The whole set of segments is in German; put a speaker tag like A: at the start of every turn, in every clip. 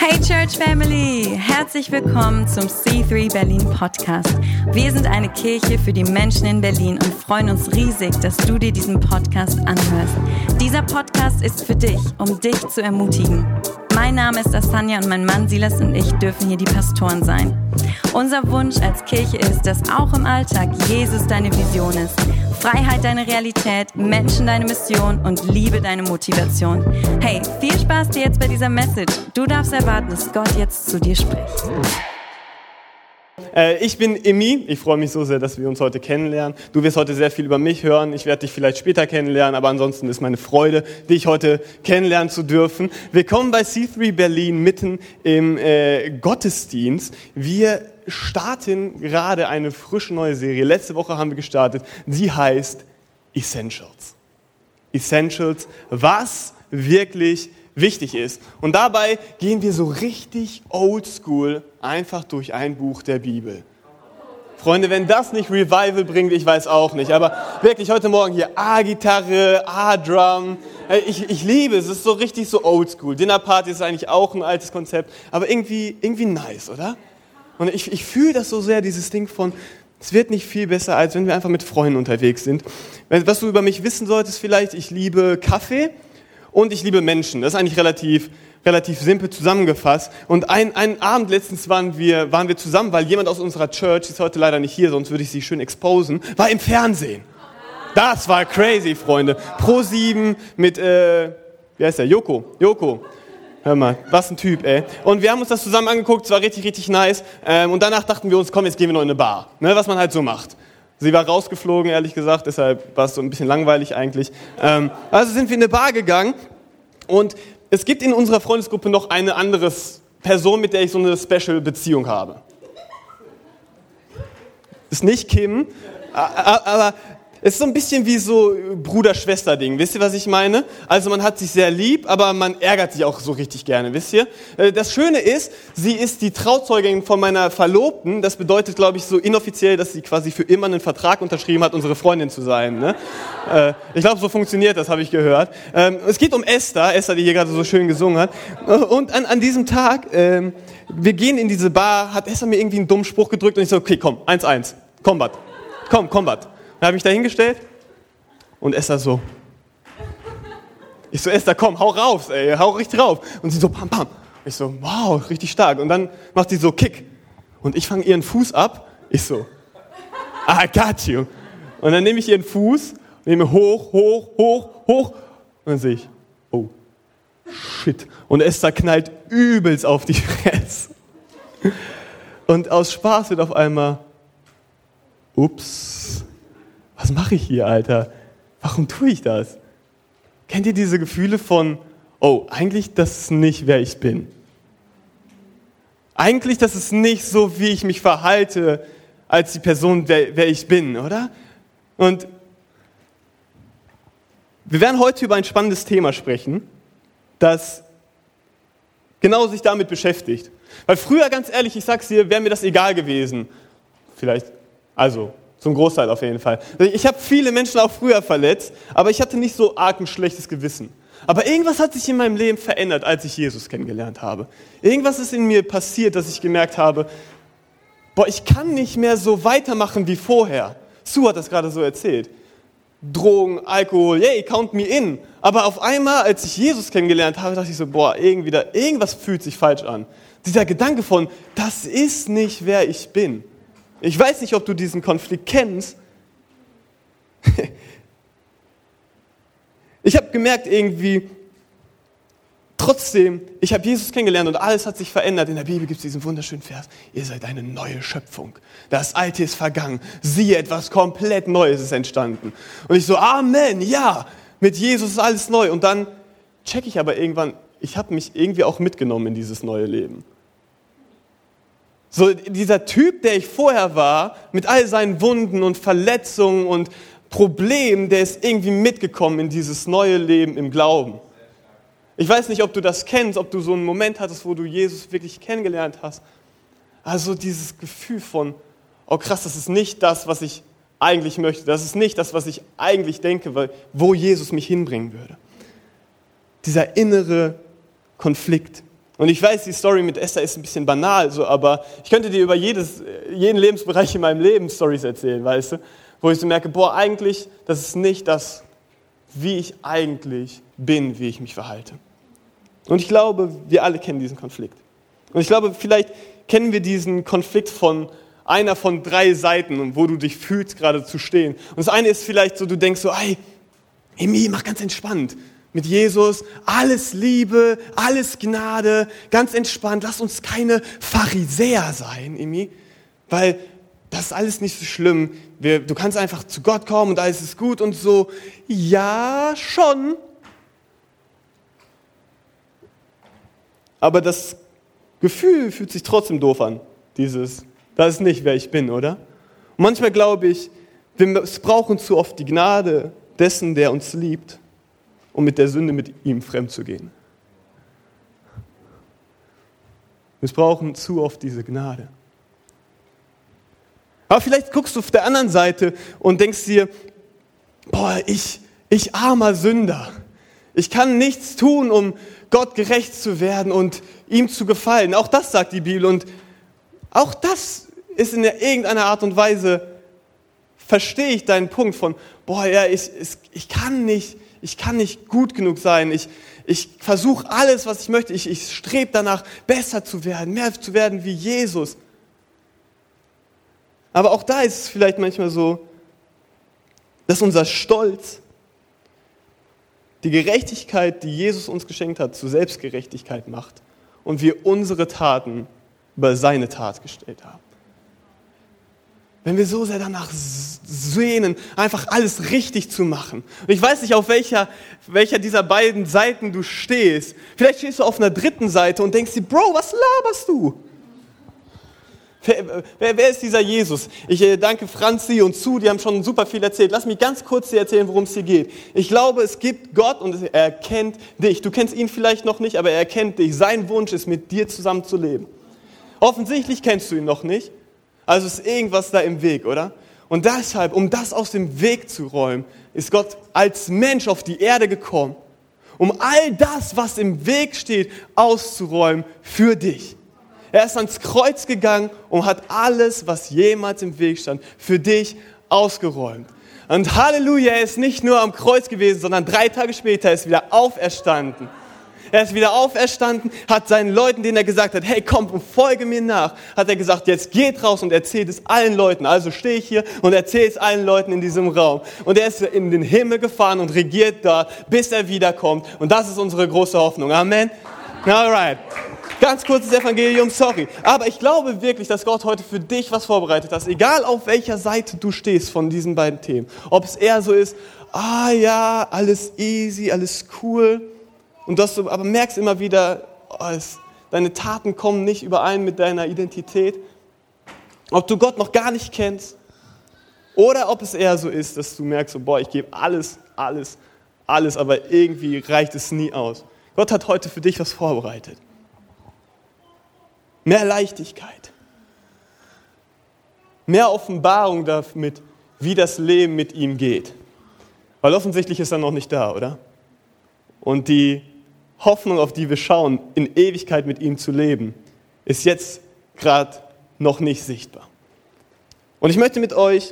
A: Hey Church Family, herzlich willkommen zum C3 Berlin Podcast. Wir sind eine Kirche für die Menschen in Berlin und freuen uns riesig, dass du dir diesen Podcast anhörst. Dieser Podcast ist für dich, um dich zu ermutigen. Mein Name ist Asanja und mein Mann Silas und ich dürfen hier die Pastoren sein. Unser Wunsch als Kirche ist, dass auch im Alltag Jesus deine Vision ist. Freiheit deine Realität, Menschen deine Mission und Liebe deine Motivation. Hey, viel Spaß dir jetzt bei dieser Message. Du darfst erwarten, dass Gott jetzt zu dir spricht.
B: Ich bin Emi, ich freue mich so sehr, dass wir uns heute kennenlernen. Du wirst heute sehr viel über mich hören, ich werde dich vielleicht später kennenlernen, aber ansonsten ist meine Freude, dich heute kennenlernen zu dürfen. Willkommen bei C3 Berlin, mitten im Gottesdienst. Wir starten gerade eine frische neue Serie. Letzte Woche haben wir gestartet, sie heißt Essentials. Essentials, was wirklich wichtig ist. Und dabei gehen wir so richtig oldschool einfach durch ein Buch der Bibel. Freunde, wenn das nicht Revival bringt, ich weiß auch nicht. Aber wirklich heute Morgen hier A-Gitarre, A-Drum. Ich liebe es, es ist so richtig so oldschool. Dinnerparty ist eigentlich auch ein altes Konzept, aber irgendwie nice, oder? Und ich fühle das so sehr, dieses Ding von, es wird nicht viel besser, als wenn wir einfach mit Freunden unterwegs sind. Was du über mich wissen solltest vielleicht, ich liebe Kaffee. Und ich liebe Menschen. Das ist eigentlich relativ simpel zusammengefasst. Und einen Abend letztens waren wir zusammen, weil jemand aus unserer Church, ist heute leider nicht hier, sonst würde ich sie schön exposen, war im Fernsehen. Das war crazy, Freunde. Pro7 mit, wie heißt der? Joko. Hör mal, was ein Typ, ey. Und wir haben uns das zusammen angeguckt, es war richtig nice. Und danach dachten wir uns, komm, jetzt gehen wir noch in eine Bar. Ne, was man halt so macht. Sie war rausgeflogen, ehrlich gesagt, deshalb war es so ein bisschen langweilig eigentlich. Also sind wir in eine Bar gegangen und es gibt in unserer Freundesgruppe noch eine andere Person, mit der ich so eine Special-Beziehung habe. Ist nicht Kim, aber es ist so ein bisschen wie so Bruder-Schwester-Ding. Wisst ihr, was ich meine? Also man hat sich sehr lieb, aber man ärgert sich auch so richtig gerne, wisst ihr? Das Schöne ist, sie ist die Trauzeugin von meiner Verlobten. Das bedeutet, glaube ich, so inoffiziell, dass sie quasi für immer einen Vertrag unterschrieben hat, unsere Freundin zu sein. Ne? Ich glaube, so funktioniert das, habe ich gehört. Es geht um Esther, die hier gerade so schön gesungen hat. Und an diesem Tag, wir gehen in diese Bar, hat Esther mir irgendwie einen dummen Spruch gedrückt und ich so, okay, komm, 1-1, Combat. Dann habe ich da hingestellt und Esther so. Ich so, Esther, komm, hau rauf, ey, hau richtig rauf. Und sie so, pam. Ich so, wow, richtig stark. Und dann macht sie so, Kick. Und ich fange ihren Fuß ab. Ich so, I got you. Und dann nehme ich ihren Fuß, nehme hoch. Und dann sehe ich, oh, shit. Und Esther knallt übelst auf die Fresse. Und aus Spaß wird auf einmal, ups. Was mache ich hier, Alter? Warum tue ich das? Kennt ihr diese Gefühle von, oh, eigentlich das ist nicht, wer ich bin. Eigentlich das ist nicht so, wie ich mich verhalte, als die Person, wer ich bin, oder? Und wir werden heute über ein spannendes Thema sprechen, das genau sich damit beschäftigt. Weil früher, ganz ehrlich, ich sag's dir, wäre mir das egal gewesen. Vielleicht, also zum Großteil auf jeden Fall. Ich habe viele Menschen auch früher verletzt, aber ich hatte nicht so arg ein schlechtes Gewissen. Aber irgendwas hat sich in meinem Leben verändert, als ich Jesus kennengelernt habe. Irgendwas ist in mir passiert, dass ich gemerkt habe, ich kann nicht mehr so weitermachen wie vorher. Sue hat das gerade so erzählt. Drogen, Alkohol, yay, count me in. Aber auf einmal, als ich Jesus kennengelernt habe, dachte ich so, irgendwas fühlt sich falsch an. Dieser Gedanke von, das ist nicht, wer ich bin. Ich weiß nicht, ob du diesen Konflikt kennst. Ich habe gemerkt irgendwie, trotzdem, ich habe Jesus kennengelernt und alles hat sich verändert. In der Bibel gibt es diesen wunderschönen Vers, ihr seid eine neue Schöpfung. Das Alte ist vergangen. Siehe, etwas komplett Neues ist entstanden. Und ich so, Amen, ja, mit Jesus ist alles neu. Und dann checke ich aber irgendwann, ich habe mich irgendwie auch mitgenommen in dieses neue Leben. So dieser Typ, der ich vorher war, mit all seinen Wunden und Verletzungen und Problemen, der ist irgendwie mitgekommen in dieses neue Leben im Glauben. Ich weiß nicht, ob du das kennst, ob du so einen Moment hattest, wo du Jesus wirklich kennengelernt hast. Also dieses Gefühl von, oh krass, das ist nicht das, was ich eigentlich möchte. Das ist nicht das, was ich eigentlich denke, wo Jesus mich hinbringen würde. Dieser innere Konflikt. Und ich weiß, die Story mit Esther ist ein bisschen banal, so, aber ich könnte dir über jeden Lebensbereich in meinem Leben Storys erzählen, weißt du? Wo ich so merke, eigentlich, das ist nicht das, wie ich eigentlich bin, wie ich mich verhalte. Und ich glaube, wir alle kennen diesen Konflikt. Und ich glaube, vielleicht kennen wir diesen Konflikt von einer von 3 Seiten, wo du dich fühlst, gerade zu stehen. Und das eine ist vielleicht so, du denkst so, hey, Emi, mach ganz entspannt. Mit Jesus, alles Liebe, alles Gnade, ganz entspannt. Lass uns keine Pharisäer sein, Emi, weil das ist alles nicht so schlimm. Du kannst einfach zu Gott kommen und alles ist gut und so. Ja, schon. Aber das Gefühl fühlt sich trotzdem doof an. Das ist nicht, wer ich bin, oder? Und manchmal glaube ich, wir missbrauchen zu oft die Gnade dessen, der uns liebt, um mit der Sünde mit ihm fremd zu gehen. Wir missbrauchen zu oft diese Gnade. Aber vielleicht guckst du auf der anderen Seite und denkst dir, ich armer Sünder. Ich kann nichts tun, um Gott gerecht zu werden und ihm zu gefallen. Auch das sagt die Bibel und auch das ist in irgendeiner Art und Weise, verstehe ich deinen Punkt von, ich kann nicht gut genug sein, ich versuche alles, was ich möchte, ich strebe danach, besser zu werden, mehr zu werden wie Jesus. Aber auch da ist es vielleicht manchmal so, dass unser Stolz die Gerechtigkeit, die Jesus uns geschenkt hat, zur Selbstgerechtigkeit macht und wir unsere Taten über seine Tat gestellt haben. Wenn wir so sehr danach sehnen, einfach alles richtig zu machen. Und ich weiß nicht, auf welcher dieser beiden Seiten du stehst. Vielleicht stehst du auf einer 3. Seite und denkst dir, Bro, was laberst du? Wer ist dieser Jesus? Ich danke Franzi und Sue, die haben schon super viel erzählt. Lass mich ganz kurz dir erzählen, worum es hier geht. Ich glaube, es gibt Gott und er kennt dich. Du kennst ihn vielleicht noch nicht, aber er kennt dich. Sein Wunsch ist, mit dir zusammen zu leben. Offensichtlich kennst du ihn noch nicht. Also ist irgendwas da im Weg, oder? Und deshalb, um das aus dem Weg zu räumen, ist Gott als Mensch auf die Erde gekommen, um all das, was im Weg steht, auszuräumen für dich. Er ist ans Kreuz gegangen und hat alles, was jemals im Weg stand, für dich ausgeräumt. Und Halleluja, er ist nicht nur am Kreuz gewesen, sondern 3 Tage später ist wieder auferstanden. Er ist wieder auferstanden, hat seinen Leuten, denen er gesagt hat, hey, komm und folge mir nach, hat er gesagt, jetzt geht raus und erzählt es allen Leuten. Also stehe ich hier und erzähle es allen Leuten in diesem Raum. Und er ist in den Himmel gefahren und regiert dort, bis er wiederkommt. Und das ist unsere große Hoffnung. Amen. Alright. Ganz kurzes Evangelium, sorry. Aber ich glaube wirklich, dass Gott heute für dich was vorbereitet hat. Egal auf welcher Seite du stehst von diesen beiden Themen. Ob es eher so ist, alles easy, alles cool. Und dass du aber merkst immer wieder, deine Taten kommen nicht überein mit deiner Identität. Ob du Gott noch gar nicht kennst. Oder ob es eher so ist, dass du merkst, ich gebe alles, aber irgendwie reicht es nie aus. Gott hat heute für dich was vorbereitet. Mehr Leichtigkeit. Mehr Offenbarung damit, wie das Leben mit ihm geht. Weil offensichtlich ist er noch nicht da, oder? Und die Hoffnung, auf die wir schauen, in Ewigkeit mit ihm zu leben, ist jetzt gerade noch nicht sichtbar. Und ich möchte mit euch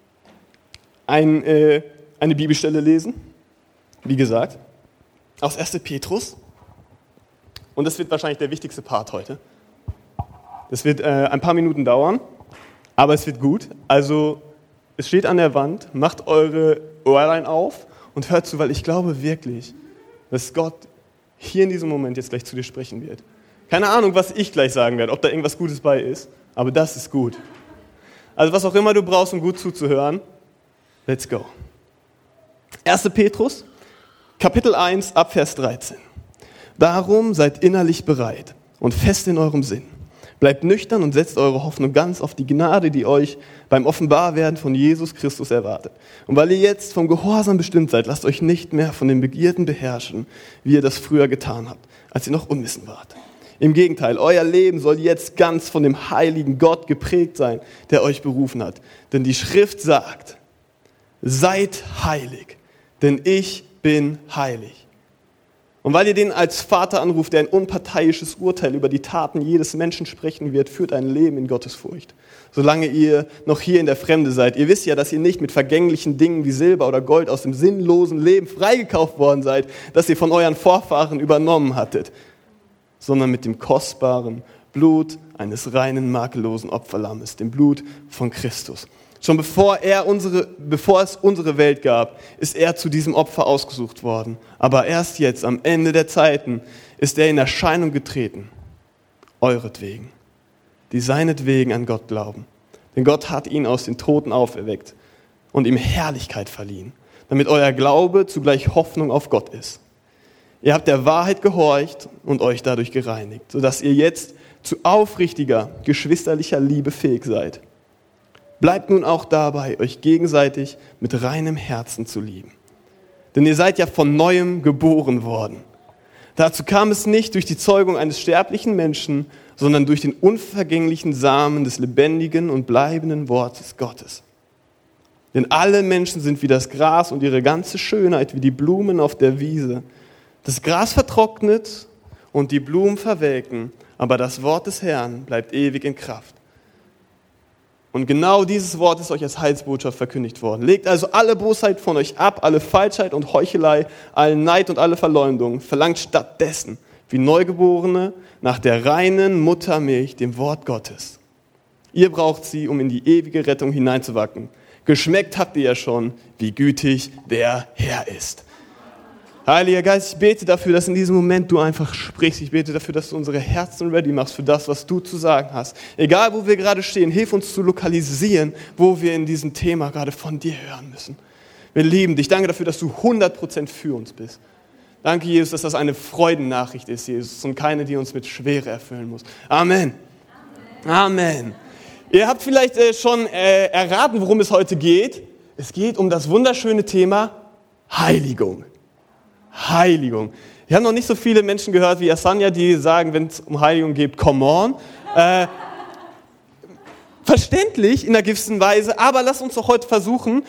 B: eine Bibelstelle lesen, wie gesagt, aus 1. Petrus. Und das wird wahrscheinlich der wichtigste Part heute. Das wird ein paar Minuten dauern, aber es wird gut. Also es steht an der Wand, macht eure Ohrlein auf und hört zu, weil ich glaube wirklich, dass Gott hier in diesem Moment jetzt gleich zu dir sprechen wird. Keine Ahnung, was ich gleich sagen werde, ob da irgendwas Gutes bei ist, aber das ist gut. Also was auch immer du brauchst, um gut zuzuhören, let's go. 1. Petrus, Kapitel 1, ab Vers 13. Darum seid innerlich bereit und fest in eurem Sinn. Bleibt nüchtern und setzt eure Hoffnung ganz auf die Gnade, die euch beim Offenbarwerden von Jesus Christus erwartet. Und weil ihr jetzt vom Gehorsam bestimmt seid, lasst euch nicht mehr von den Begierden beherrschen, wie ihr das früher getan habt, als ihr noch unwissend wart. Im Gegenteil, euer Leben soll jetzt ganz von dem heiligen Gott geprägt sein, der euch berufen hat. Denn die Schrift sagt, seid heilig, denn ich bin heilig. Und weil ihr den als Vater anruft, der ein unparteiisches Urteil über die Taten jedes Menschen sprechen wird, führt ein Leben in Gottesfurcht. Solange ihr noch hier in der Fremde seid. Ihr wisst ja, dass ihr nicht mit vergänglichen Dingen wie Silber oder Gold aus dem sinnlosen Leben freigekauft worden seid, das ihr von euren Vorfahren übernommen hattet, sondern mit dem kostbaren Blut eines reinen, makellosen Opferlammes, dem Blut von Christus. Schon bevor es unsere Welt gab, ist er zu diesem Opfer ausgesucht worden. Aber erst jetzt, am Ende der Zeiten, ist er in Erscheinung getreten. Euretwegen, die seinetwegen an Gott glauben. Denn Gott hat ihn aus den Toten auferweckt und ihm Herrlichkeit verliehen, damit euer Glaube zugleich Hoffnung auf Gott ist. Ihr habt der Wahrheit gehorcht und euch dadurch gereinigt, sodass ihr jetzt zu aufrichtiger, geschwisterlicher Liebe fähig seid. Bleibt nun auch dabei, euch gegenseitig mit reinem Herzen zu lieben. Denn ihr seid ja von Neuem geboren worden. Dazu kam es nicht durch die Zeugung eines sterblichen Menschen, sondern durch den unvergänglichen Samen des lebendigen und bleibenden Wortes Gottes. Denn alle Menschen sind wie das Gras und ihre ganze Schönheit wie die Blumen auf der Wiese. Das Gras vertrocknet und die Blumen verwelken, aber das Wort des Herrn bleibt ewig in Kraft. Und genau dieses Wort ist euch als Heilsbotschaft verkündigt worden. Legt also alle Bosheit von euch ab, alle Falschheit und Heuchelei, allen Neid und alle Verleumdung. Verlangt stattdessen, wie Neugeborene, nach der reinen Muttermilch, dem Wort Gottes. Ihr braucht sie, um in die ewige Rettung hineinzuwachsen. Geschmeckt habt ihr ja schon, wie gütig der Herr ist. Heiliger Geist, ich bete dafür, dass in diesem Moment du einfach sprichst. Ich bete dafür, dass du unsere Herzen ready machst für das, was du zu sagen hast. Egal, wo wir gerade stehen, hilf uns zu lokalisieren, wo wir in diesem Thema gerade von dir hören müssen. Wir lieben dich. Danke dafür, dass du 100% für uns bist. Danke, Jesus, dass das eine Freudennachricht ist, Jesus, und keine, die uns mit Schwere erfüllen muss. Amen. Amen. Ihr habt vielleicht schon erraten, worum es heute geht. Es geht um das wunderschöne Thema Heiligung. Heiligung. Ich habe noch nicht so viele Menschen gehört wie Asanya, die sagen, wenn es um Heiligung geht, come on. Verständlich in einer gewissen Weise, aber lasst uns doch heute versuchen,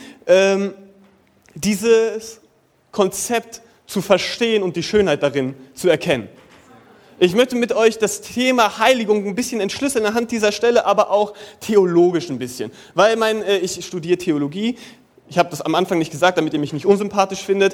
B: dieses Konzept zu verstehen und die Schönheit darin zu erkennen. Ich möchte mit euch das Thema Heiligung ein bisschen entschlüsseln anhand dieser Stelle, aber auch theologisch ein bisschen. Weil ich studiere Theologie. Ich habe das am Anfang nicht gesagt, damit ihr mich nicht unsympathisch findet.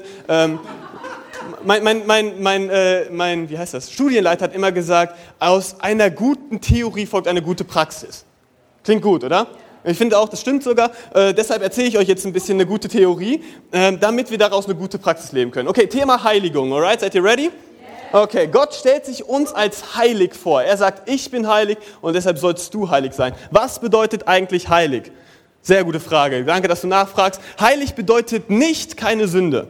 B: Mein Studienleiter hat immer gesagt, aus einer guten Theorie folgt eine gute Praxis. Klingt gut, oder? Ich finde auch, das stimmt sogar. Deshalb erzähle ich euch jetzt ein bisschen eine gute Theorie, damit wir daraus eine gute Praxis leben können. Okay, Thema Heiligung, alright? Seid ihr ready? Okay, Gott stellt sich uns als heilig vor. Er sagt, ich bin heilig und deshalb sollst du heilig sein. Was bedeutet eigentlich heilig? Sehr gute Frage. Danke, dass du nachfragst. Heilig bedeutet nicht keine Sünde.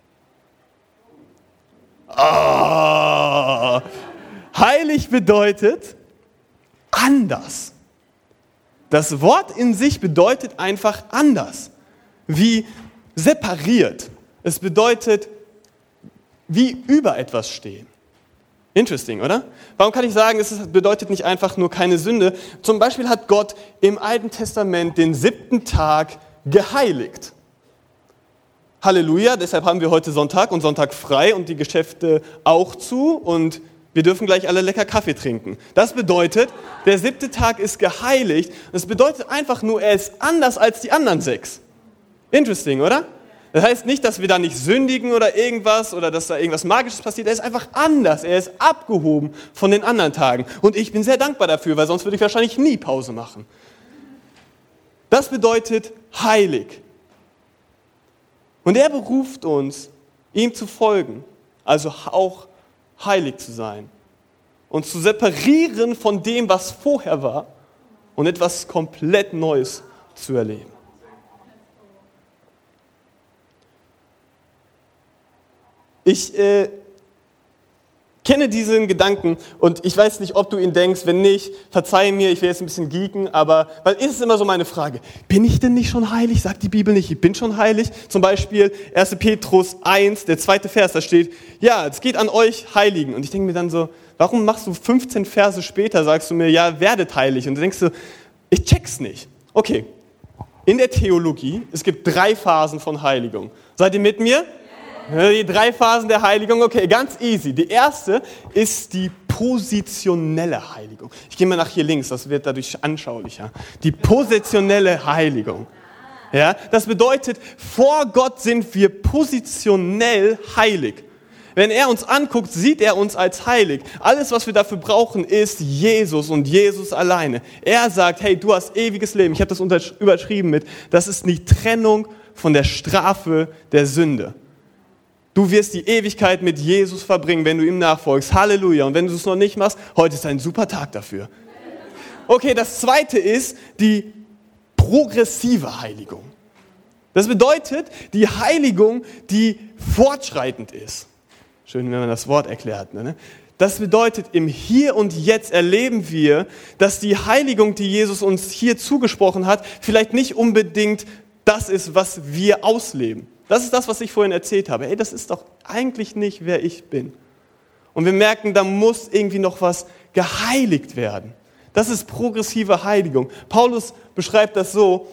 B: Oh. Heilig bedeutet anders. Das Wort in sich bedeutet einfach anders. Wie separiert. Es bedeutet wie über etwas stehen. Interesting, oder? Warum kann ich sagen, es bedeutet nicht einfach nur keine Sünde? Zum Beispiel hat Gott im Alten Testament den 7. Tag geheiligt. Halleluja, deshalb haben wir heute Sonntag und Sonntag frei und die Geschäfte auch zu und wir dürfen gleich alle lecker Kaffee trinken. Das bedeutet, der 7. Tag ist geheiligt. Das bedeutet einfach nur, er ist anders als die anderen 6. Interesting, oder? Das heißt nicht, dass wir da nicht sündigen oder irgendwas oder dass da irgendwas Magisches passiert. Er ist einfach anders. Er ist abgehoben von den anderen Tagen. Und ich bin sehr dankbar dafür, weil sonst würde ich wahrscheinlich nie Pause machen. Das bedeutet heilig. Und er beruft uns, ihm zu folgen, also auch heilig zu sein und zu separieren von dem, was vorher war und etwas komplett Neues zu erleben. Ich kenne diesen Gedanken und ich weiß nicht, ob du ihn denkst. Wenn nicht, verzeih mir, ich will jetzt ein bisschen geeken, aber weil ist es immer so meine Frage, bin ich denn nicht schon heilig? Sagt die Bibel nicht, ich bin schon heilig? Zum Beispiel 1. Petrus 1, der 2. Vers, da steht, ja, es geht an euch Heiligen. Und ich denke mir dann so, warum machst du 15 Verse später, sagst du mir, ja, werdet heilig? Und du denkst so, ich check's nicht. Okay, in der Theologie, es gibt 3 Phasen von Heiligung. Seid ihr mit mir? Die 3 Phasen der Heiligung, okay, ganz easy. Die erste ist die positionelle Heiligung. Ich gehe mal nach hier links, das wird dadurch anschaulicher. Die positionelle Heiligung. Ja, das bedeutet, vor Gott sind wir positionell heilig. Wenn er uns anguckt, sieht er uns als heilig. Alles, was wir dafür brauchen, ist Jesus und Jesus alleine. Er sagt, hey, du hast ewiges Leben. Ich habe das überschrieben mit, das ist die Trennung von der Strafe der Sünde. Du wirst die Ewigkeit mit Jesus verbringen, wenn du ihm nachfolgst. Halleluja. Und wenn du es noch nicht machst, heute ist ein super Tag dafür. Okay, das zweite ist die progressive Heiligung. Das bedeutet die Heiligung, die fortschreitend ist. Schön, wenn man das Wort erklärt. Ne? Das bedeutet, im Hier und Jetzt erleben wir, dass die Heiligung, die Jesus uns hier zugesprochen hat, vielleicht nicht unbedingt das ist, was wir ausleben. Das ist das, was ich vorhin erzählt habe. Ey, das ist doch eigentlich nicht, wer ich bin. Und wir merken, da muss irgendwie noch was geheiligt werden. Das ist progressive Heiligung. Paulus beschreibt das so: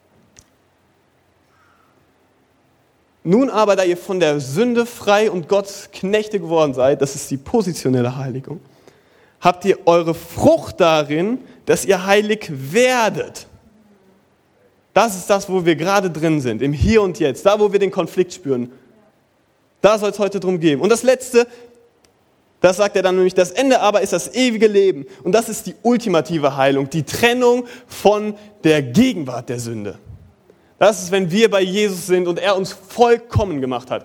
B: Nun aber, da ihr von der Sünde frei und Gottes Knechte geworden seid, das ist die positionelle Heiligung, habt ihr eure Frucht darin, dass ihr heilig werdet. Das ist das, wo wir gerade drin sind, im Hier und Jetzt, da wo wir den Konflikt spüren. Da soll es heute drum gehen. Und das Letzte, das sagt er dann nämlich, das Ende aber ist das ewige Leben. Und das ist die ultimative Heilung, die Trennung von der Gegenwart der Sünde. Das ist, wenn wir bei Jesus sind und er uns vollkommen gemacht hat.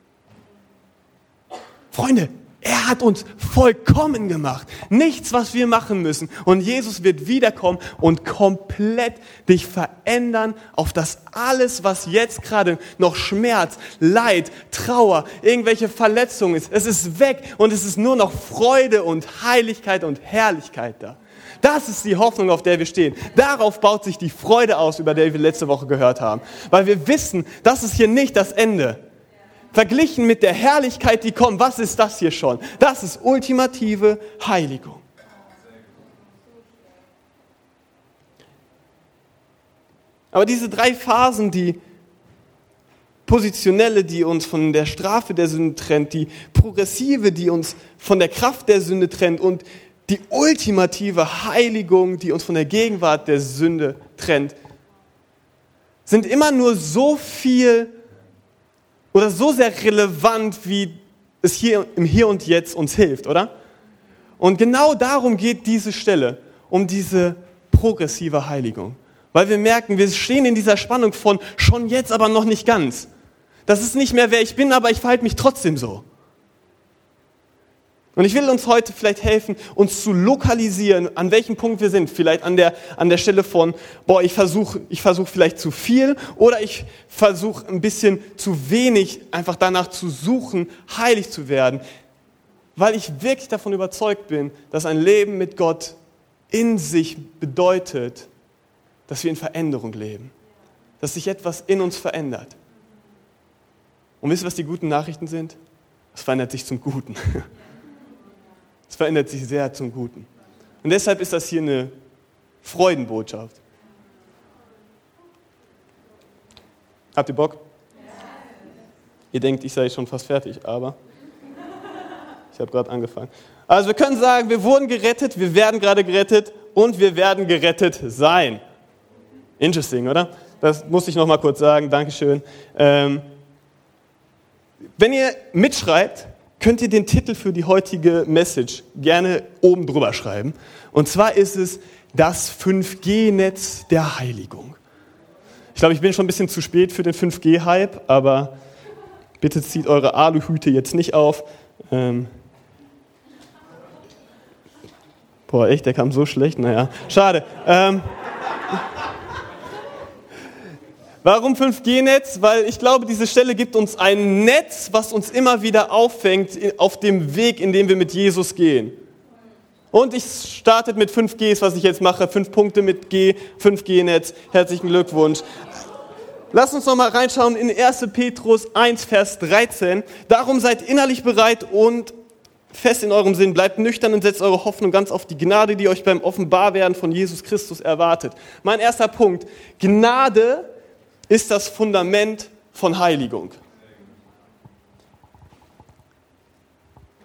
B: Freunde, er hat uns vollkommen gemacht. Nichts, was wir machen müssen. Und Jesus wird wiederkommen und komplett dich verändern auf das alles, was jetzt gerade noch Schmerz, Leid, Trauer, irgendwelche Verletzungen ist. Es ist weg und es ist nur noch Freude und Heiligkeit und Herrlichkeit da. Das ist die Hoffnung, auf der wir stehen. Darauf baut sich die Freude aus, über die wir letzte Woche gehört haben. Weil wir wissen, das ist hier nicht das Ende. Verglichen mit der Herrlichkeit, die kommt, was ist das hier schon? Das ist ultimative Heiligung. Aber diese 3 Phasen, die positionelle, die uns von der Strafe der Sünde trennt, die progressive, die uns von der Kraft der Sünde trennt und die ultimative Heiligung, die uns von der Gegenwart der Sünde trennt, sind immer nur so viel oder so sehr relevant, wie es hier im Hier und Jetzt uns hilft, oder? Und genau darum geht diese Stelle, um diese progressive Heiligung. Weil wir merken, wir stehen in dieser Spannung von schon jetzt, aber noch nicht ganz. Das ist nicht mehr, wer ich bin, aber ich verhalte mich trotzdem so. Und ich will uns heute vielleicht helfen, uns zu lokalisieren, an welchem Punkt wir sind. Vielleicht an der Stelle von, ich versuche vielleicht zu viel oder ich versuche ein bisschen zu wenig, einfach danach zu suchen, heilig zu werden. Weil ich wirklich davon überzeugt bin, dass ein Leben mit Gott in sich bedeutet, dass wir in Veränderung leben. Dass sich etwas in uns verändert. Und wisst ihr, was die guten Nachrichten sind? Es verändert sich zum Guten. Es verändert sich sehr zum Guten. Und deshalb ist das hier eine Freudenbotschaft. Habt ihr Bock? Ja. Ihr denkt, ich sei schon fast fertig, aber ich habe gerade angefangen. Also wir können sagen, wir wurden gerettet, wir werden gerade gerettet und wir werden gerettet sein. Interesting, oder? Das muss ich noch mal kurz sagen. Dankeschön. Wenn ihr mitschreibt, könnt ihr den Titel für die heutige Message gerne oben drüber schreiben. Und zwar ist es das 5G-Netz der Heiligung. Ich glaube, ich bin schon ein bisschen zu spät für den 5G-Hype, aber bitte zieht eure Aluhüte jetzt nicht auf. Echt, der kam so schlecht, naja, schade. Warum 5G-Netz? Weil ich glaube, diese Stelle gibt uns ein Netz, was uns immer wieder auffängt auf dem Weg, in dem wir mit Jesus gehen. Und ich starte mit 5Gs, was ich jetzt mache. 5 Punkte mit G, 5G-Netz. Herzlichen Glückwunsch. Lass uns noch mal reinschauen in 1. Petrus 1, Vers 13. Darum seid innerlich bereit und fest in eurem Sinn. Bleibt nüchtern und setzt eure Hoffnung ganz auf die Gnade, die euch beim Offenbarwerden von Jesus Christus erwartet. Mein erster Punkt. Gnade ist das Fundament von Heiligung.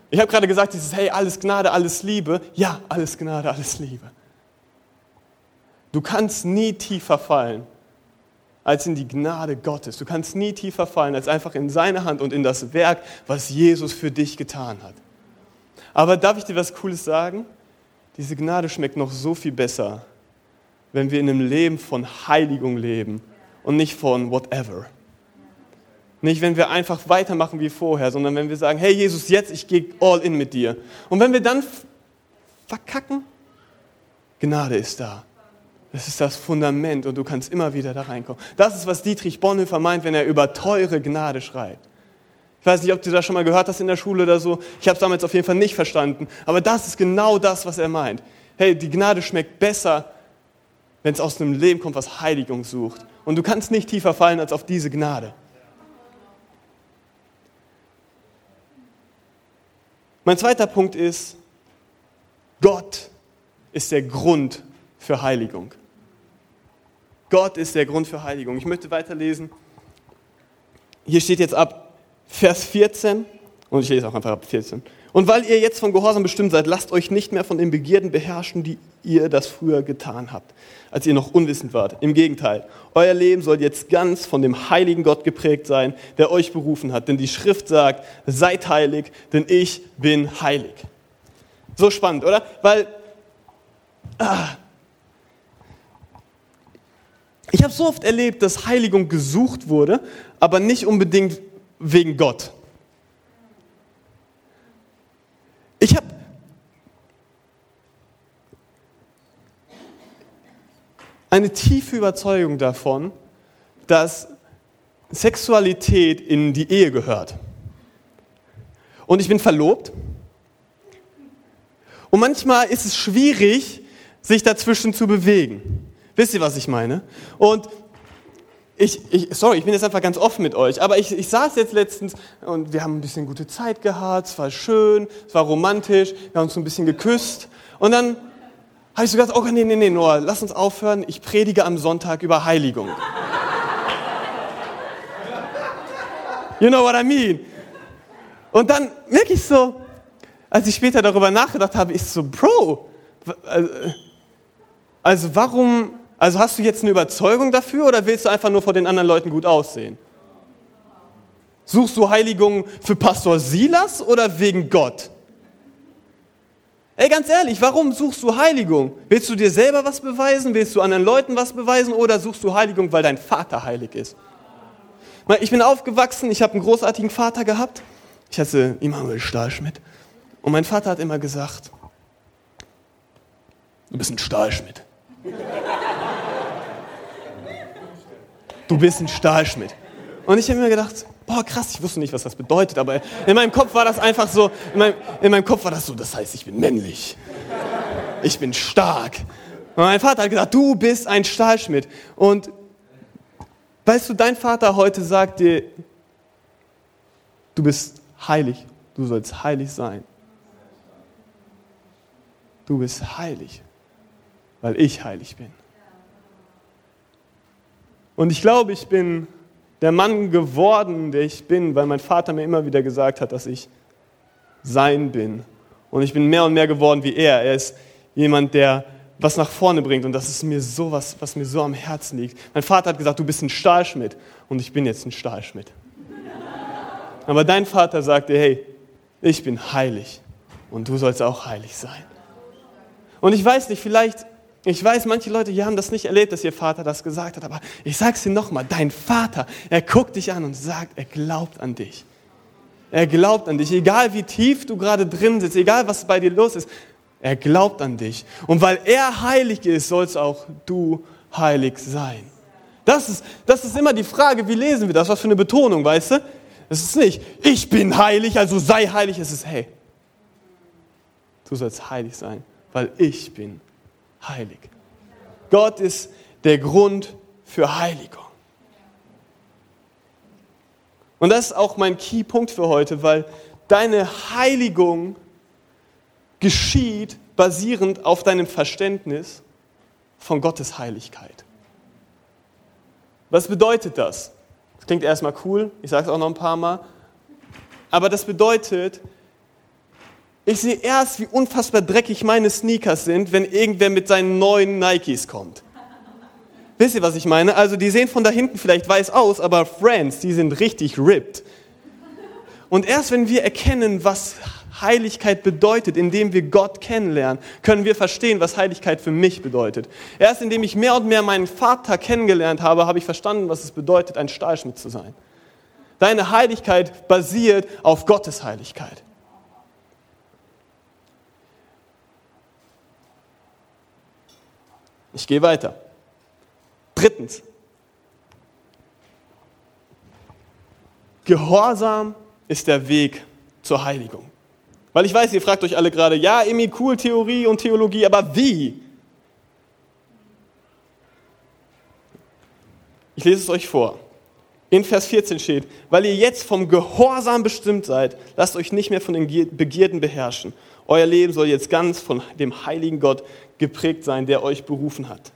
B: Ich habe gerade gesagt, hey, alles Gnade, alles Liebe. Ja, alles Gnade, alles Liebe. Du kannst nie tiefer fallen als in die Gnade Gottes. Du kannst nie tiefer fallen als einfach in seine Hand und in das Werk, was Jesus für dich getan hat. Aber darf ich dir was Cooles sagen? Diese Gnade schmeckt noch so viel besser, wenn wir in einem Leben von Heiligung leben und nicht von whatever. Nicht, wenn wir einfach weitermachen wie vorher, sondern wenn wir sagen, hey Jesus, jetzt, ich gehe all in mit dir. Und wenn wir dann verkacken, Gnade ist da. Das ist das Fundament und du kannst immer wieder da reinkommen. Das ist, was Dietrich Bonhoeffer meint, wenn er über teure Gnade schreibt. Ich weiß nicht, ob du das schon mal gehört hast in der Schule oder so. Ich habe es damals auf jeden Fall nicht verstanden. Aber das ist genau das, was er meint. Hey, die Gnade schmeckt besser, wenn es aus einem Leben kommt, was Heiligung sucht. Und du kannst nicht tiefer fallen als auf diese Gnade. Mein zweiter Punkt ist, Gott ist der Grund für Heiligung. Gott ist der Grund für Heiligung. Ich möchte weiterlesen. Hier steht jetzt ab Vers 14, und ich lese auch einfach ab 14. Und weil ihr jetzt von Gehorsam bestimmt seid, lasst euch nicht mehr von den Begierden beherrschen, die ihr das früher getan habt, als ihr noch unwissend wart. Im Gegenteil, euer Leben soll jetzt ganz von dem heiligen Gott geprägt sein, der euch berufen hat. Denn die Schrift sagt, seid heilig, denn ich bin heilig. So spannend, oder? Weil ich habe so oft erlebt, dass Heiligung gesucht wurde, aber nicht unbedingt wegen Gott. Ich habe eine tiefe Überzeugung davon, dass Sexualität in die Ehe gehört. Und ich bin verlobt. Und manchmal ist es schwierig, sich dazwischen zu bewegen. Wisst ihr, was ich meine? Und ich bin jetzt einfach ganz offen mit euch, aber ich saß jetzt letztens und wir haben ein bisschen gute Zeit gehabt, es war schön, es war romantisch, wir haben uns so ein bisschen geküsst und dann habe ich so gedacht, okay, nee, Noah, lass uns aufhören, ich predige am Sonntag über Heiligung. You know what I mean? Und dann merke ich so, als ich später darüber nachgedacht habe, ist so, Bro, also warum... Also hast du jetzt eine Überzeugung dafür oder willst du einfach nur vor den anderen Leuten gut aussehen? Suchst du Heiligung für Pastor Silas oder wegen Gott? Ey, ganz ehrlich, warum suchst du Heiligung? Willst du dir selber was beweisen? Willst du anderen Leuten was beweisen? Oder suchst du Heiligung, weil dein Vater heilig ist? Ich bin aufgewachsen, ich habe einen großartigen Vater gehabt. Ich heiße Immanuel Stahlschmidt. Und mein Vater hat immer gesagt, du bist ein Stahlschmidt. Du bist ein Stahlschmidt. Und ich habe mir gedacht, boah krass, ich wusste nicht, was das bedeutet, aber in meinem Kopf war das einfach so, in meinem Kopf war das so, das heißt, ich bin männlich. Ich bin stark. Und mein Vater hat gesagt, du bist ein Stahlschmidt. Und weißt du, dein Vater heute sagt dir, du bist heilig, du sollst heilig sein. Du bist heilig, weil ich heilig bin. Und ich glaube, ich bin der Mann geworden, der ich bin, weil mein Vater mir immer wieder gesagt hat, dass ich sein bin. Und ich bin mehr und mehr geworden wie er. Er ist jemand, der was nach vorne bringt. Und das ist mir so was mir so am Herzen liegt. Mein Vater hat gesagt, du bist ein Stahlschmidt. Und ich bin jetzt ein Stahlschmidt. Aber dein Vater sagte, hey, ich bin heilig. Und du sollst auch heilig sein. Und ich weiß nicht, ich weiß, manche Leute hier haben das nicht erlebt, dass ihr Vater das gesagt hat, aber ich sag's dir nochmal, dein Vater, er guckt dich an und sagt, er glaubt an dich. Er glaubt an dich, egal wie tief du gerade drin sitzt, egal was bei dir los ist, er glaubt an dich. Und weil er heilig ist, sollst auch du heilig sein. Das ist immer die Frage, wie lesen wir das, was für eine Betonung, weißt du? Es ist nicht, ich bin heilig, also sei heilig, es ist, hey, du sollst heilig sein, weil ich bin heilig. Gott ist der Grund für Heiligung. Und das ist auch mein Key-Punkt für heute, weil deine Heiligung geschieht basierend auf deinem Verständnis von Gottes Heiligkeit. Was bedeutet das? Das klingt erstmal cool, ich sage es auch noch ein paar Mal, aber das bedeutet, Ich sehe erst, wie unfassbar dreckig meine Sneakers sind, wenn irgendwer mit seinen neuen Nikes kommt. Wisst ihr, was ich meine? Also die sehen von da hinten vielleicht weiß aus, aber Friends, die sind richtig ripped. Und erst wenn wir erkennen, was Heiligkeit bedeutet, indem wir Gott kennenlernen, können wir verstehen, was Heiligkeit für mich bedeutet. Erst indem ich mehr und mehr meinen Vater kennengelernt habe, habe ich verstanden, was es bedeutet, ein Stahlschmied zu sein. Deine Heiligkeit basiert auf Gottes Heiligkeit. Ich gehe weiter. 3. Gehorsam ist der Weg zur Heiligung. Weil ich weiß, ihr fragt euch alle gerade, ja, Emi, cool, Theorie und Theologie, aber wie? Ich lese es euch vor. In Vers 14 steht, weil ihr jetzt vom Gehorsam bestimmt seid, lasst euch nicht mehr von den Begierden beherrschen. Euer Leben soll jetzt ganz von dem heiligen Gott geprägt sein, der euch berufen hat.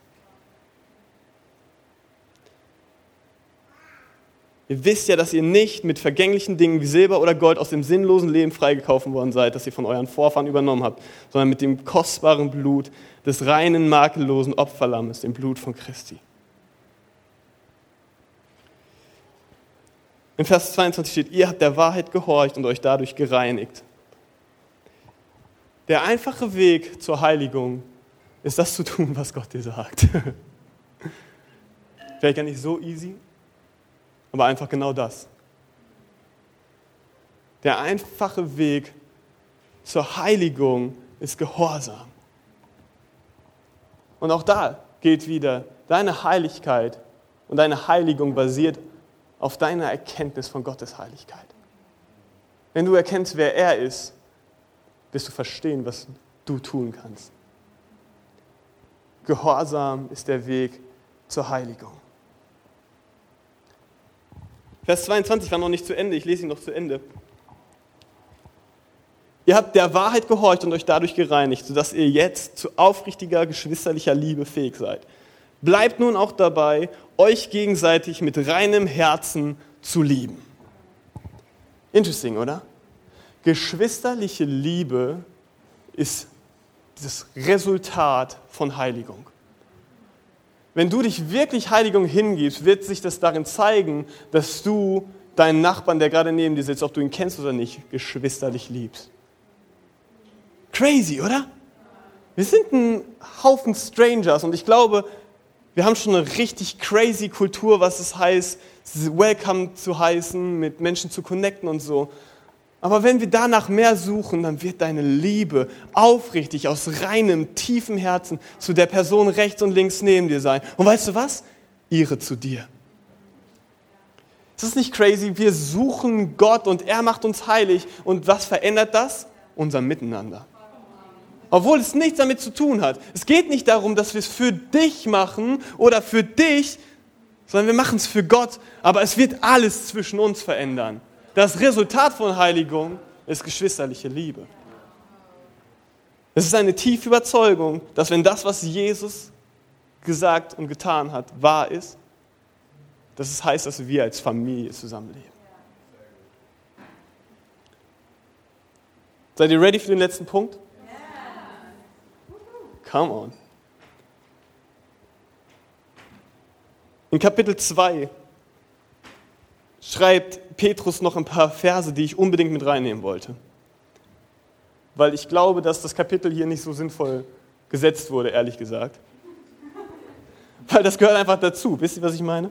B: Ihr wisst ja, dass ihr nicht mit vergänglichen Dingen wie Silber oder Gold aus dem sinnlosen Leben freigekauft worden seid, das ihr von euren Vorfahren übernommen habt, sondern mit dem kostbaren Blut des reinen, makellosen Opferlammes, dem Blut von Christi. Im Vers 22 steht, ihr habt der Wahrheit gehorcht und euch dadurch gereinigt. Der einfache Weg zur Heiligung ist das zu tun, was Gott dir sagt. Vielleicht gar nicht so easy, aber einfach genau das. Der einfache Weg zur Heiligung ist Gehorsam. Und auch da gilt wieder, deine Heiligkeit und deine Heiligung basiert auf deiner Erkenntnis von Gottes Heiligkeit. Wenn du erkennst, wer er ist, wirst du verstehen, was du tun kannst. Gehorsam ist der Weg zur Heiligung. Vers 22 war noch nicht zu Ende, ich lese ihn noch zu Ende. Ihr habt der Wahrheit gehorcht und euch dadurch gereinigt, sodass ihr jetzt zu aufrichtiger, geschwisterlicher Liebe fähig seid. Bleibt nun auch dabei, euch gegenseitig mit reinem Herzen zu lieben. Interesting, oder? Geschwisterliche Liebe ist das Resultat von Heiligung. Wenn du dich wirklich Heiligung hingibst, wird sich das darin zeigen, dass du deinen Nachbarn, der gerade neben dir sitzt, ob du ihn kennst oder nicht, geschwisterlich liebst. Crazy, oder? Wir sind ein Haufen Strangers und ich glaube, wir haben schon eine richtig crazy Kultur, was es heißt, welcome zu heißen, mit Menschen zu connecten und so. Aber wenn wir danach mehr suchen, dann wird deine Liebe aufrichtig, aus reinem, tiefem Herzen zu der Person rechts und links neben dir sein. Und weißt du was? Ihre zu dir. Ist das nicht crazy? Wir suchen Gott und er macht uns heilig. Und was verändert das? Unser Miteinander. Obwohl es nichts damit zu tun hat. Es geht nicht darum, dass wir es für dich machen oder für dich, sondern wir machen es für Gott. Aber es wird alles zwischen uns verändern. Das Resultat von Heiligung ist geschwisterliche Liebe. Es ist eine tiefe Überzeugung, dass wenn das, was Jesus gesagt und getan hat, wahr ist, dass es heißt, dass wir als Familie zusammenleben. Seid ihr ready für den letzten Punkt? Come on. In Kapitel 2 schreibt Petrus noch ein paar Verse, die ich unbedingt mit reinnehmen wollte. Weil ich glaube, dass das Kapitel hier nicht so sinnvoll gesetzt wurde, ehrlich gesagt. Weil das gehört einfach dazu. Wisst ihr, was ich meine?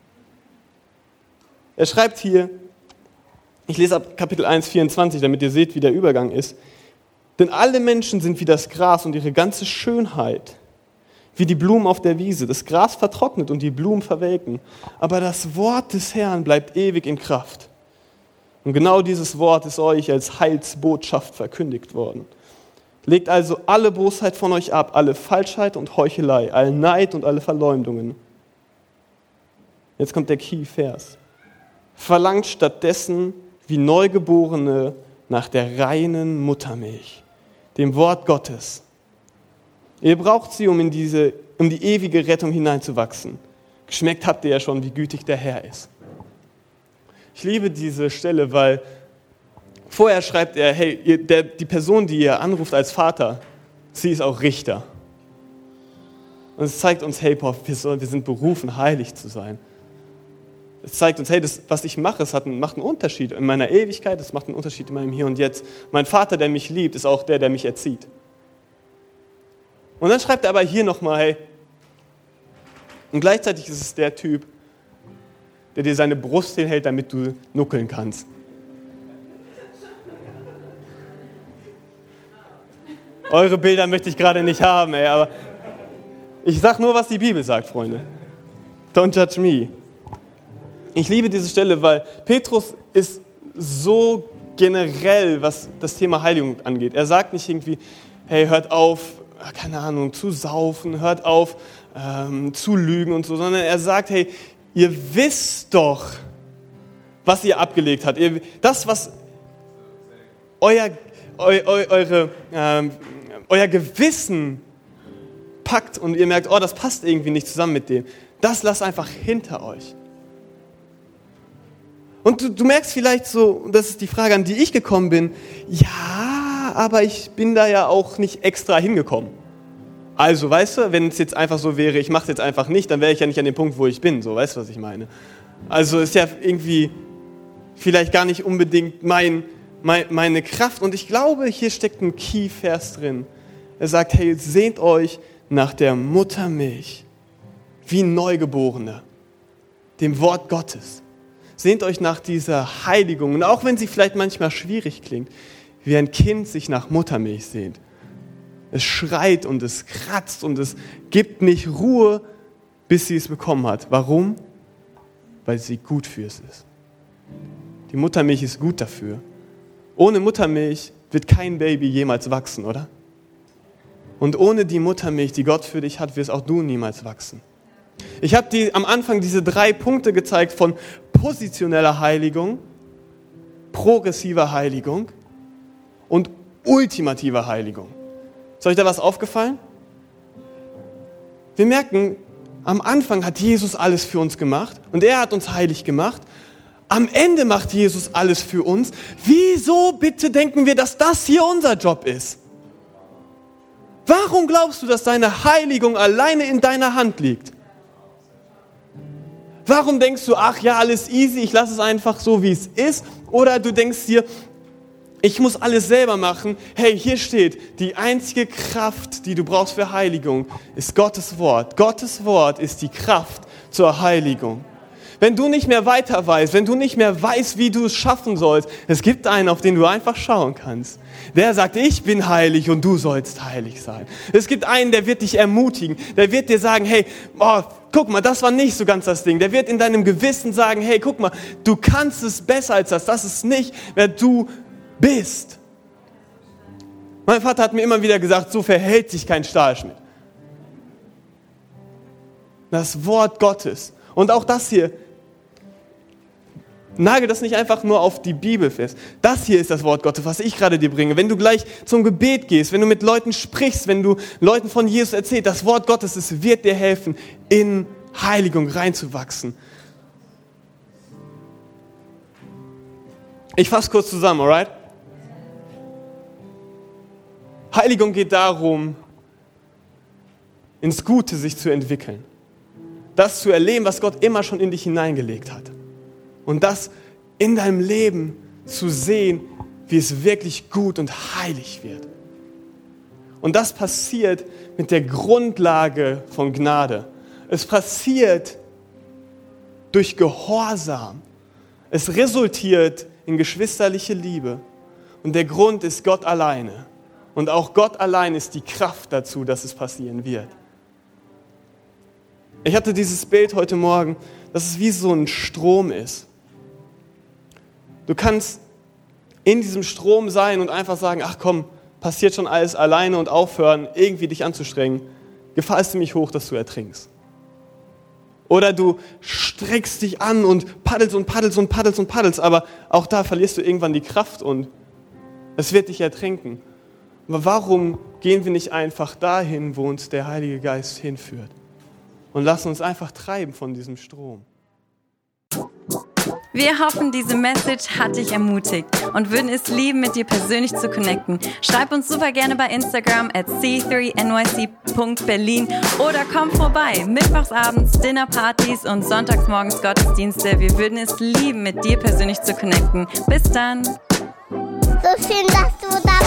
B: Er schreibt hier, ich lese ab Kapitel 1, 24, damit ihr seht, wie der Übergang ist. Denn alle Menschen sind wie das Gras und ihre ganze Schönheit wie die Blumen auf der Wiese. Das Gras vertrocknet und die Blumen verwelken. Aber das Wort des Herrn bleibt ewig in Kraft. Und genau dieses Wort ist euch als Heilsbotschaft verkündigt worden. Legt also alle Bosheit von euch ab, alle Falschheit und Heuchelei, allen Neid und alle Verleumdungen. Jetzt kommt der Key-Vers. Verlangt stattdessen wie Neugeborene nach der reinen Muttermilch, dem Wort Gottes. Ihr braucht sie, um die ewige Rettung hineinzuwachsen. Geschmeckt habt ihr ja schon, wie gütig der Herr ist. Ich liebe diese Stelle, weil vorher schreibt er, hey, die Person, die ihr anruft als Vater, sie ist auch Richter. Und es zeigt uns, hey, wir sind berufen, heilig zu sein. Es zeigt uns, hey, das, was ich mache, macht einen Unterschied in meiner Ewigkeit, es macht einen Unterschied in meinem Hier und Jetzt. Mein Vater, der mich liebt, ist auch der mich erzieht. Und dann schreibt er aber hier nochmal, hey, und gleichzeitig ist es der Typ, der dir seine Brust hinhält, damit du nuckeln kannst. Eure Bilder möchte ich gerade nicht haben, aber ich sag nur, was die Bibel sagt, Freunde. Don't judge me. Ich liebe diese Stelle, weil Petrus ist so generell, was das Thema Heiligung angeht. Er sagt nicht irgendwie, hey, hört auf, keine Ahnung, zu saufen, hört auf, zu lügen und so, sondern er sagt, hey, ihr wisst doch, was ihr abgelegt habt. Das, was euer Gewissen packt und ihr merkt, oh, das passt irgendwie nicht zusammen mit dem, das lasst einfach hinter euch. Und du merkst vielleicht so, und das ist die Frage, an die ich gekommen bin, ja, aber ich bin da ja auch nicht extra hingekommen. Also, weißt du, wenn es jetzt einfach so wäre, ich mache es jetzt einfach nicht, dann wäre ich ja nicht an dem Punkt, wo ich bin, so, weißt du, was ich meine? Also ist ja irgendwie vielleicht gar nicht unbedingt meine Kraft. Und ich glaube, hier steckt ein Key-Vers drin. Er sagt, hey, sehnt euch nach der Muttermilch, wie Neugeborene, dem Wort Gottes. Sehnt euch nach dieser Heiligung. Und auch wenn sie vielleicht manchmal schwierig klingt, wie ein Kind sich nach Muttermilch sehnt. Es schreit und es kratzt und es gibt nicht Ruhe, bis sie es bekommen hat. Warum? Weil sie gut für es ist. Die Muttermilch ist gut dafür. Ohne Muttermilch wird kein Baby jemals wachsen, oder? Und ohne die Muttermilch, die Gott für dich hat, wirst auch du niemals wachsen. Ich habe dir am Anfang diese 3 Punkte gezeigt von positioneller Heiligung, progressiver Heiligung und ultimativer Heiligung. Ist euch da was aufgefallen? Wir merken, am Anfang hat Jesus alles für uns gemacht und er hat uns heilig gemacht. Am Ende macht Jesus alles für uns. Wieso bitte denken wir, dass das hier unser Job ist? Warum glaubst du, dass deine Heiligung alleine in deiner Hand liegt? Warum denkst du, ach ja, alles easy, ich lasse es einfach so, wie es ist? Oder du denkst dir, ich muss alles selber machen. Hey, hier steht, die einzige Kraft, die du brauchst für Heiligung, ist Gottes Wort. Gottes Wort ist die Kraft zur Heiligung. Wenn du nicht mehr weiter weißt, wenn du nicht mehr weißt, wie du es schaffen sollst, es gibt einen, auf den du einfach schauen kannst. Der sagt, ich bin heilig und du sollst heilig sein. Es gibt einen, der wird dich ermutigen, der wird dir sagen, hey, guck mal, das war nicht so ganz das Ding. Der wird in deinem Gewissen sagen, hey, guck mal, du kannst es besser als das ist nicht, wer du bist. Mein Vater hat mir immer wieder gesagt, so verhält sich kein Stahlschmied. Das Wort Gottes. Und auch das hier, nagel das nicht einfach nur auf die Bibel fest. Das hier ist das Wort Gottes, was ich gerade dir bringe. Wenn du gleich zum Gebet gehst, wenn du mit Leuten sprichst, wenn du Leuten von Jesus erzählst, das Wort Gottes, es wird dir helfen, in Heiligung reinzuwachsen. Ich fasse kurz zusammen, alright? Heiligung geht darum, ins Gute sich zu entwickeln. Das zu erleben, was Gott immer schon in dich hineingelegt hat. Und das in deinem Leben zu sehen, wie es wirklich gut und heilig wird. Und das passiert mit der Grundlage von Gnade. Es passiert durch Gehorsam. Es resultiert in geschwisterliche Liebe. Und der Grund ist Gott alleine. Und auch Gott allein ist die Kraft dazu, dass es passieren wird. Ich hatte dieses Bild heute Morgen, dass es wie so ein Strom ist. Du kannst in diesem Strom sein und einfach sagen, ach komm, passiert schon alles alleine und aufhören, irgendwie dich anzustrengen. Gefahr ist ziemlich hoch, dass du ertrinkst. Oder du streckst dich an und paddelst und paddelst und paddelst und paddelst, aber auch da verlierst du irgendwann die Kraft und es wird dich ertrinken. Aber warum gehen wir nicht einfach dahin, wo uns der Heilige Geist hinführt? Und lassen uns einfach treiben von diesem Strom.
A: Wir hoffen, diese Message hat dich ermutigt und würden es lieben, mit dir persönlich zu connecten. Schreib uns super gerne bei Instagram @c3nyc.berlin oder komm vorbei. Mittwochsabends Dinnerpartys und sonntagsmorgens Gottesdienste. Wir würden es lieben, mit dir persönlich zu connecten. Bis dann.
C: So schön, dass du da